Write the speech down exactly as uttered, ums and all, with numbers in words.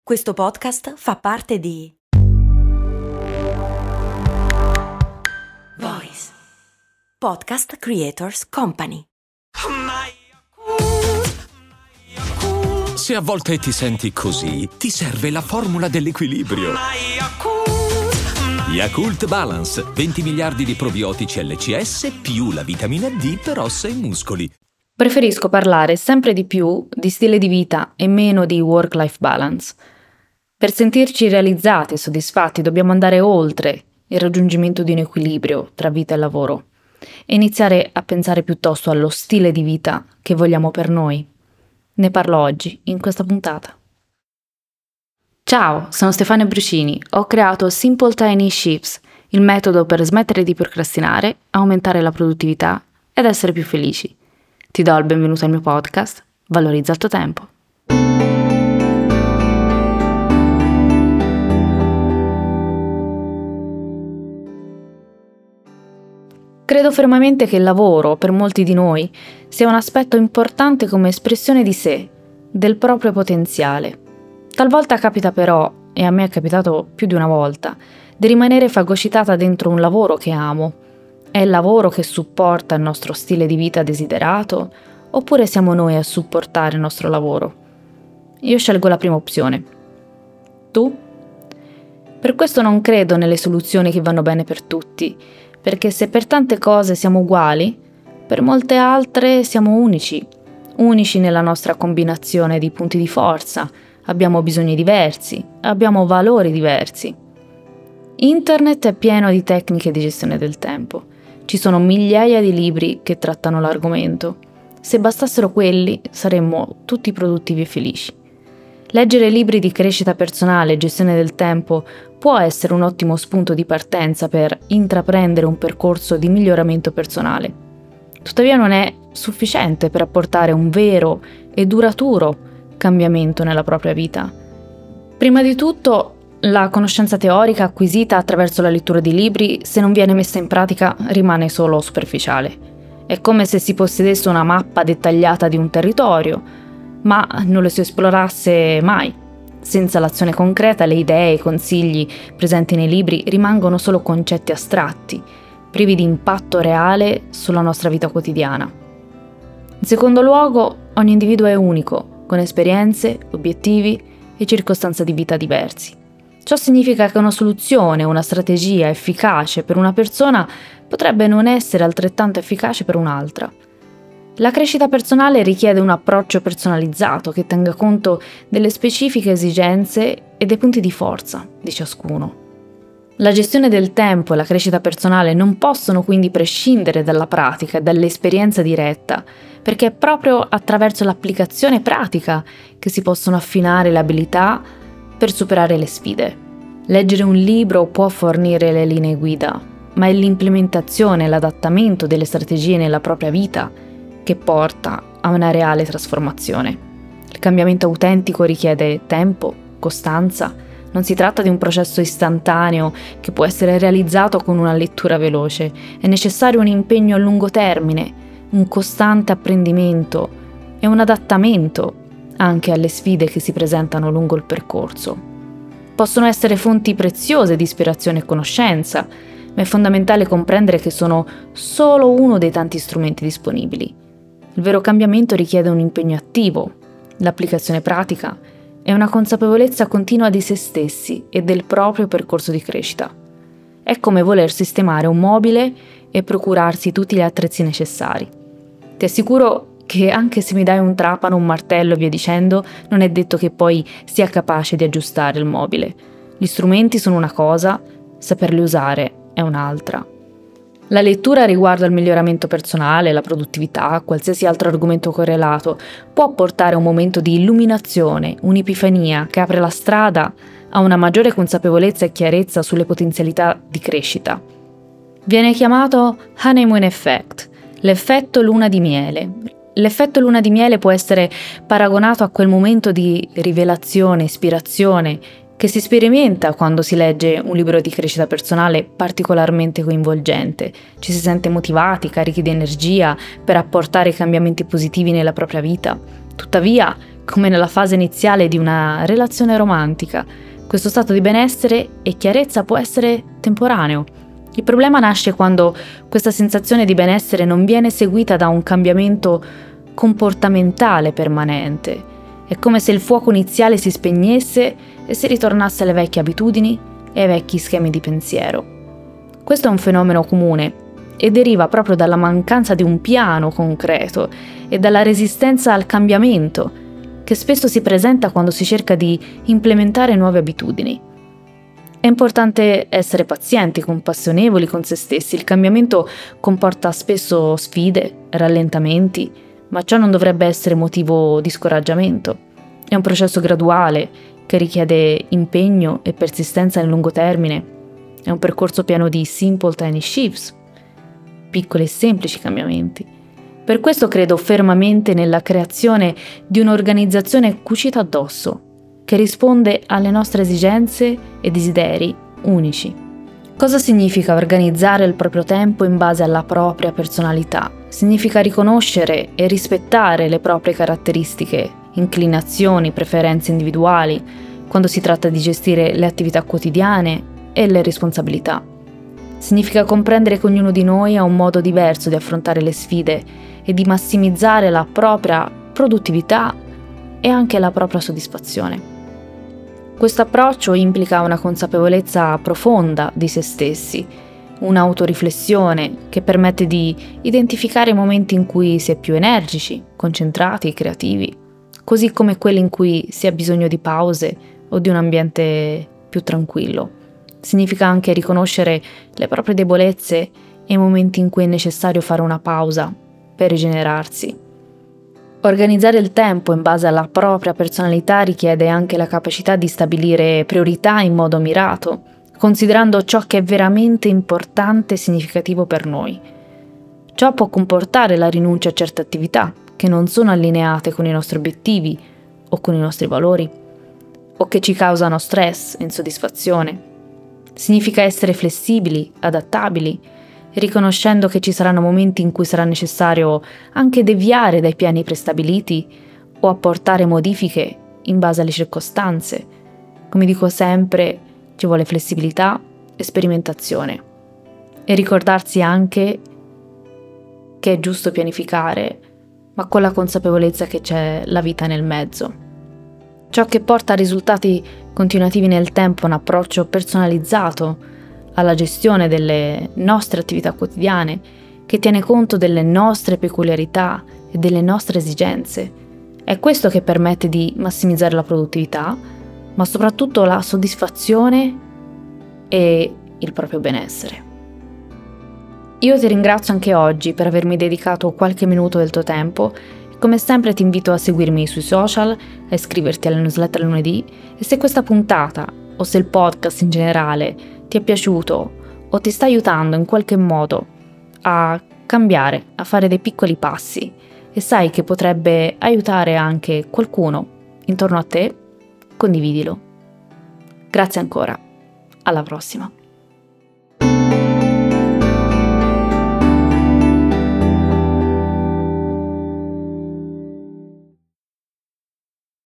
Questo podcast fa parte di Voice Podcast Creators Company. Se a volte ti senti così, ti serve la formula dell'equilibrio. Yakult Balance, venti miliardi di probiotici L C S più la vitamina D per ossa e muscoli. Preferisco parlare sempre di più di stile di vita e meno di work-life balance. Per sentirci realizzati e soddisfatti dobbiamo andare oltre il raggiungimento di un equilibrio tra vita e lavoro e iniziare a pensare piuttosto allo stile di vita che vogliamo per noi. Ne parlo oggi, in questa puntata. Ciao, sono Stefania Brucini. Ho creato Simple Tiny Shifts, il metodo per smettere di procrastinare, aumentare la produttività ed essere più felici. Ti do il benvenuto al mio podcast, Valorizza il tuo tempo. Credo fermamente che il lavoro, per molti di noi, sia un aspetto importante come espressione di sé, del proprio potenziale. Talvolta capita però, e a me è capitato più di una volta, di rimanere fagocitata dentro un lavoro che amo. È il lavoro che supporta il nostro stile di vita desiderato, oppure siamo noi a supportare il nostro lavoro? Io scelgo la prima opzione. Tu? Per questo non credo nelle soluzioni che vanno bene per tutti, perché se per tante cose siamo uguali, per molte altre siamo unici, unici nella nostra combinazione di punti di forza, abbiamo bisogni diversi, abbiamo valori diversi. Internet è pieno di tecniche di gestione del tempo, ci sono migliaia di libri che trattano l'argomento. Se bastassero quelli, saremmo tutti produttivi e felici. Leggere libri di crescita personale e gestione del tempo può essere un ottimo spunto di partenza per intraprendere un percorso di miglioramento personale. Tuttavia non è sufficiente per apportare un vero e duraturo cambiamento nella propria vita. Prima di tutto, la conoscenza teorica acquisita attraverso la lettura di libri, se non viene messa in pratica, rimane solo superficiale. È come se si possedesse una mappa dettagliata di un territorio, ma non lo si esplorasse mai. Senza l'azione concreta, le idee e i consigli presenti nei libri rimangono solo concetti astratti, privi di impatto reale sulla nostra vita quotidiana. In secondo luogo, ogni individuo è unico, con esperienze, obiettivi e circostanze di vita diversi. Ciò significa che una soluzione, una strategia efficace per una persona potrebbe non essere altrettanto efficace per un'altra. La crescita personale richiede un approccio personalizzato che tenga conto delle specifiche esigenze e dei punti di forza di ciascuno. La gestione del tempo e la crescita personale non possono quindi prescindere dalla pratica e dall'esperienza diretta, perché è proprio attraverso l'applicazione pratica che si possono affinare le abilità per superare le sfide. Leggere un libro può fornire le linee guida, ma è l'implementazione e l'adattamento delle strategie nella propria vita che porta a una reale trasformazione. Il cambiamento autentico richiede tempo, costanza. Non si tratta di un processo istantaneo che può essere realizzato con una lettura veloce. È necessario un impegno a lungo termine, un costante apprendimento e un adattamento anche alle sfide che si presentano lungo il percorso. Possono essere fonti preziose di ispirazione e conoscenza, ma è fondamentale comprendere che sono solo uno dei tanti strumenti disponibili. Il vero cambiamento richiede un impegno attivo, l'applicazione pratica e una consapevolezza continua di se stessi e del proprio percorso di crescita. È come voler sistemare un mobile e procurarsi tutti gli attrezzi necessari. Ti assicuro che anche se mi dai un trapano, un martello e via dicendo, non è detto che poi sia capace di aggiustare il mobile. Gli strumenti sono una cosa, saperli usare è un'altra. La lettura riguardo al miglioramento personale, la produttività, qualsiasi altro argomento correlato, può portare a un momento di illuminazione, un'epifania che apre la strada a una maggiore consapevolezza e chiarezza sulle potenzialità di crescita. Viene chiamato honeymoon effect, l'effetto luna di miele. L'effetto luna di miele può essere paragonato a quel momento di rivelazione, ispirazione, che si sperimenta quando si legge un libro di crescita personale particolarmente coinvolgente. Ci si sente motivati, carichi di energia per apportare cambiamenti positivi nella propria vita. Tuttavia, come nella fase iniziale di una relazione romantica. Questo stato di benessere e chiarezza può essere temporaneo. Il problema nasce quando questa sensazione di benessere non viene seguita da un cambiamento comportamentale permanente. È come se il fuoco iniziale si spegnesse e si ritornasse alle vecchie abitudini e ai vecchi schemi di pensiero. Questo è un fenomeno comune e deriva proprio dalla mancanza di un piano concreto e dalla resistenza al cambiamento, che spesso si presenta quando si cerca di implementare nuove abitudini. È importante essere pazienti, compassionevoli con se stessi. Il cambiamento comporta spesso sfide, rallentamenti, ma ciò non dovrebbe essere motivo di scoraggiamento. È un processo graduale che richiede impegno e persistenza nel lungo termine. È un percorso pieno di simple tiny shifts, piccoli e semplici cambiamenti. Per questo credo fermamente nella creazione di un'organizzazione cucita addosso, che risponde alle nostre esigenze e desideri unici. Cosa significa organizzare il proprio tempo in base alla propria personalità? Significa riconoscere e rispettare le proprie caratteristiche, inclinazioni, preferenze individuali, quando si tratta di gestire le attività quotidiane e le responsabilità. Significa comprendere che ognuno di noi ha un modo diverso di affrontare le sfide e di massimizzare la propria produttività e anche la propria soddisfazione. Questo approccio implica una consapevolezza profonda di se stessi, un'autoriflessione che permette di identificare i momenti in cui si è più energici, concentrati e creativi, così come quelli in cui si ha bisogno di pause o di un ambiente più tranquillo. Significa anche riconoscere le proprie debolezze e i momenti in cui è necessario fare una pausa per rigenerarsi. Organizzare il tempo in base alla propria personalità richiede anche la capacità di stabilire priorità in modo mirato, considerando ciò che è veramente importante e significativo per noi. Ciò può comportare la rinuncia a certe attività che non sono allineate con i nostri obiettivi o con i nostri valori, o che ci causano stress e insoddisfazione. Significa essere flessibili, adattabili, riconoscendo che ci saranno momenti in cui sarà necessario anche deviare dai piani prestabiliti o apportare modifiche in base alle circostanze. Come dico sempre, ci vuole flessibilità e sperimentazione. E ricordarsi anche che è giusto pianificare, ma con la consapevolezza che c'è la vita nel mezzo. Ciò che porta a risultati continuativi nel tempo è un approccio personalizzato alla gestione delle nostre attività quotidiane, che tiene conto delle nostre peculiarità e delle nostre esigenze. È questo che permette di massimizzare la produttività, ma soprattutto la soddisfazione e il proprio benessere. Io ti ringrazio anche oggi per avermi dedicato qualche minuto del tuo tempo. Come sempre ti invito a seguirmi sui social, a iscriverti alla newsletter lunedì e se questa puntata o se il podcast in generale ti è piaciuto o ti sta aiutando in qualche modo a cambiare, a fare dei piccoli passi e sai che potrebbe aiutare anche qualcuno intorno a te, condividilo. Grazie ancora, alla prossima.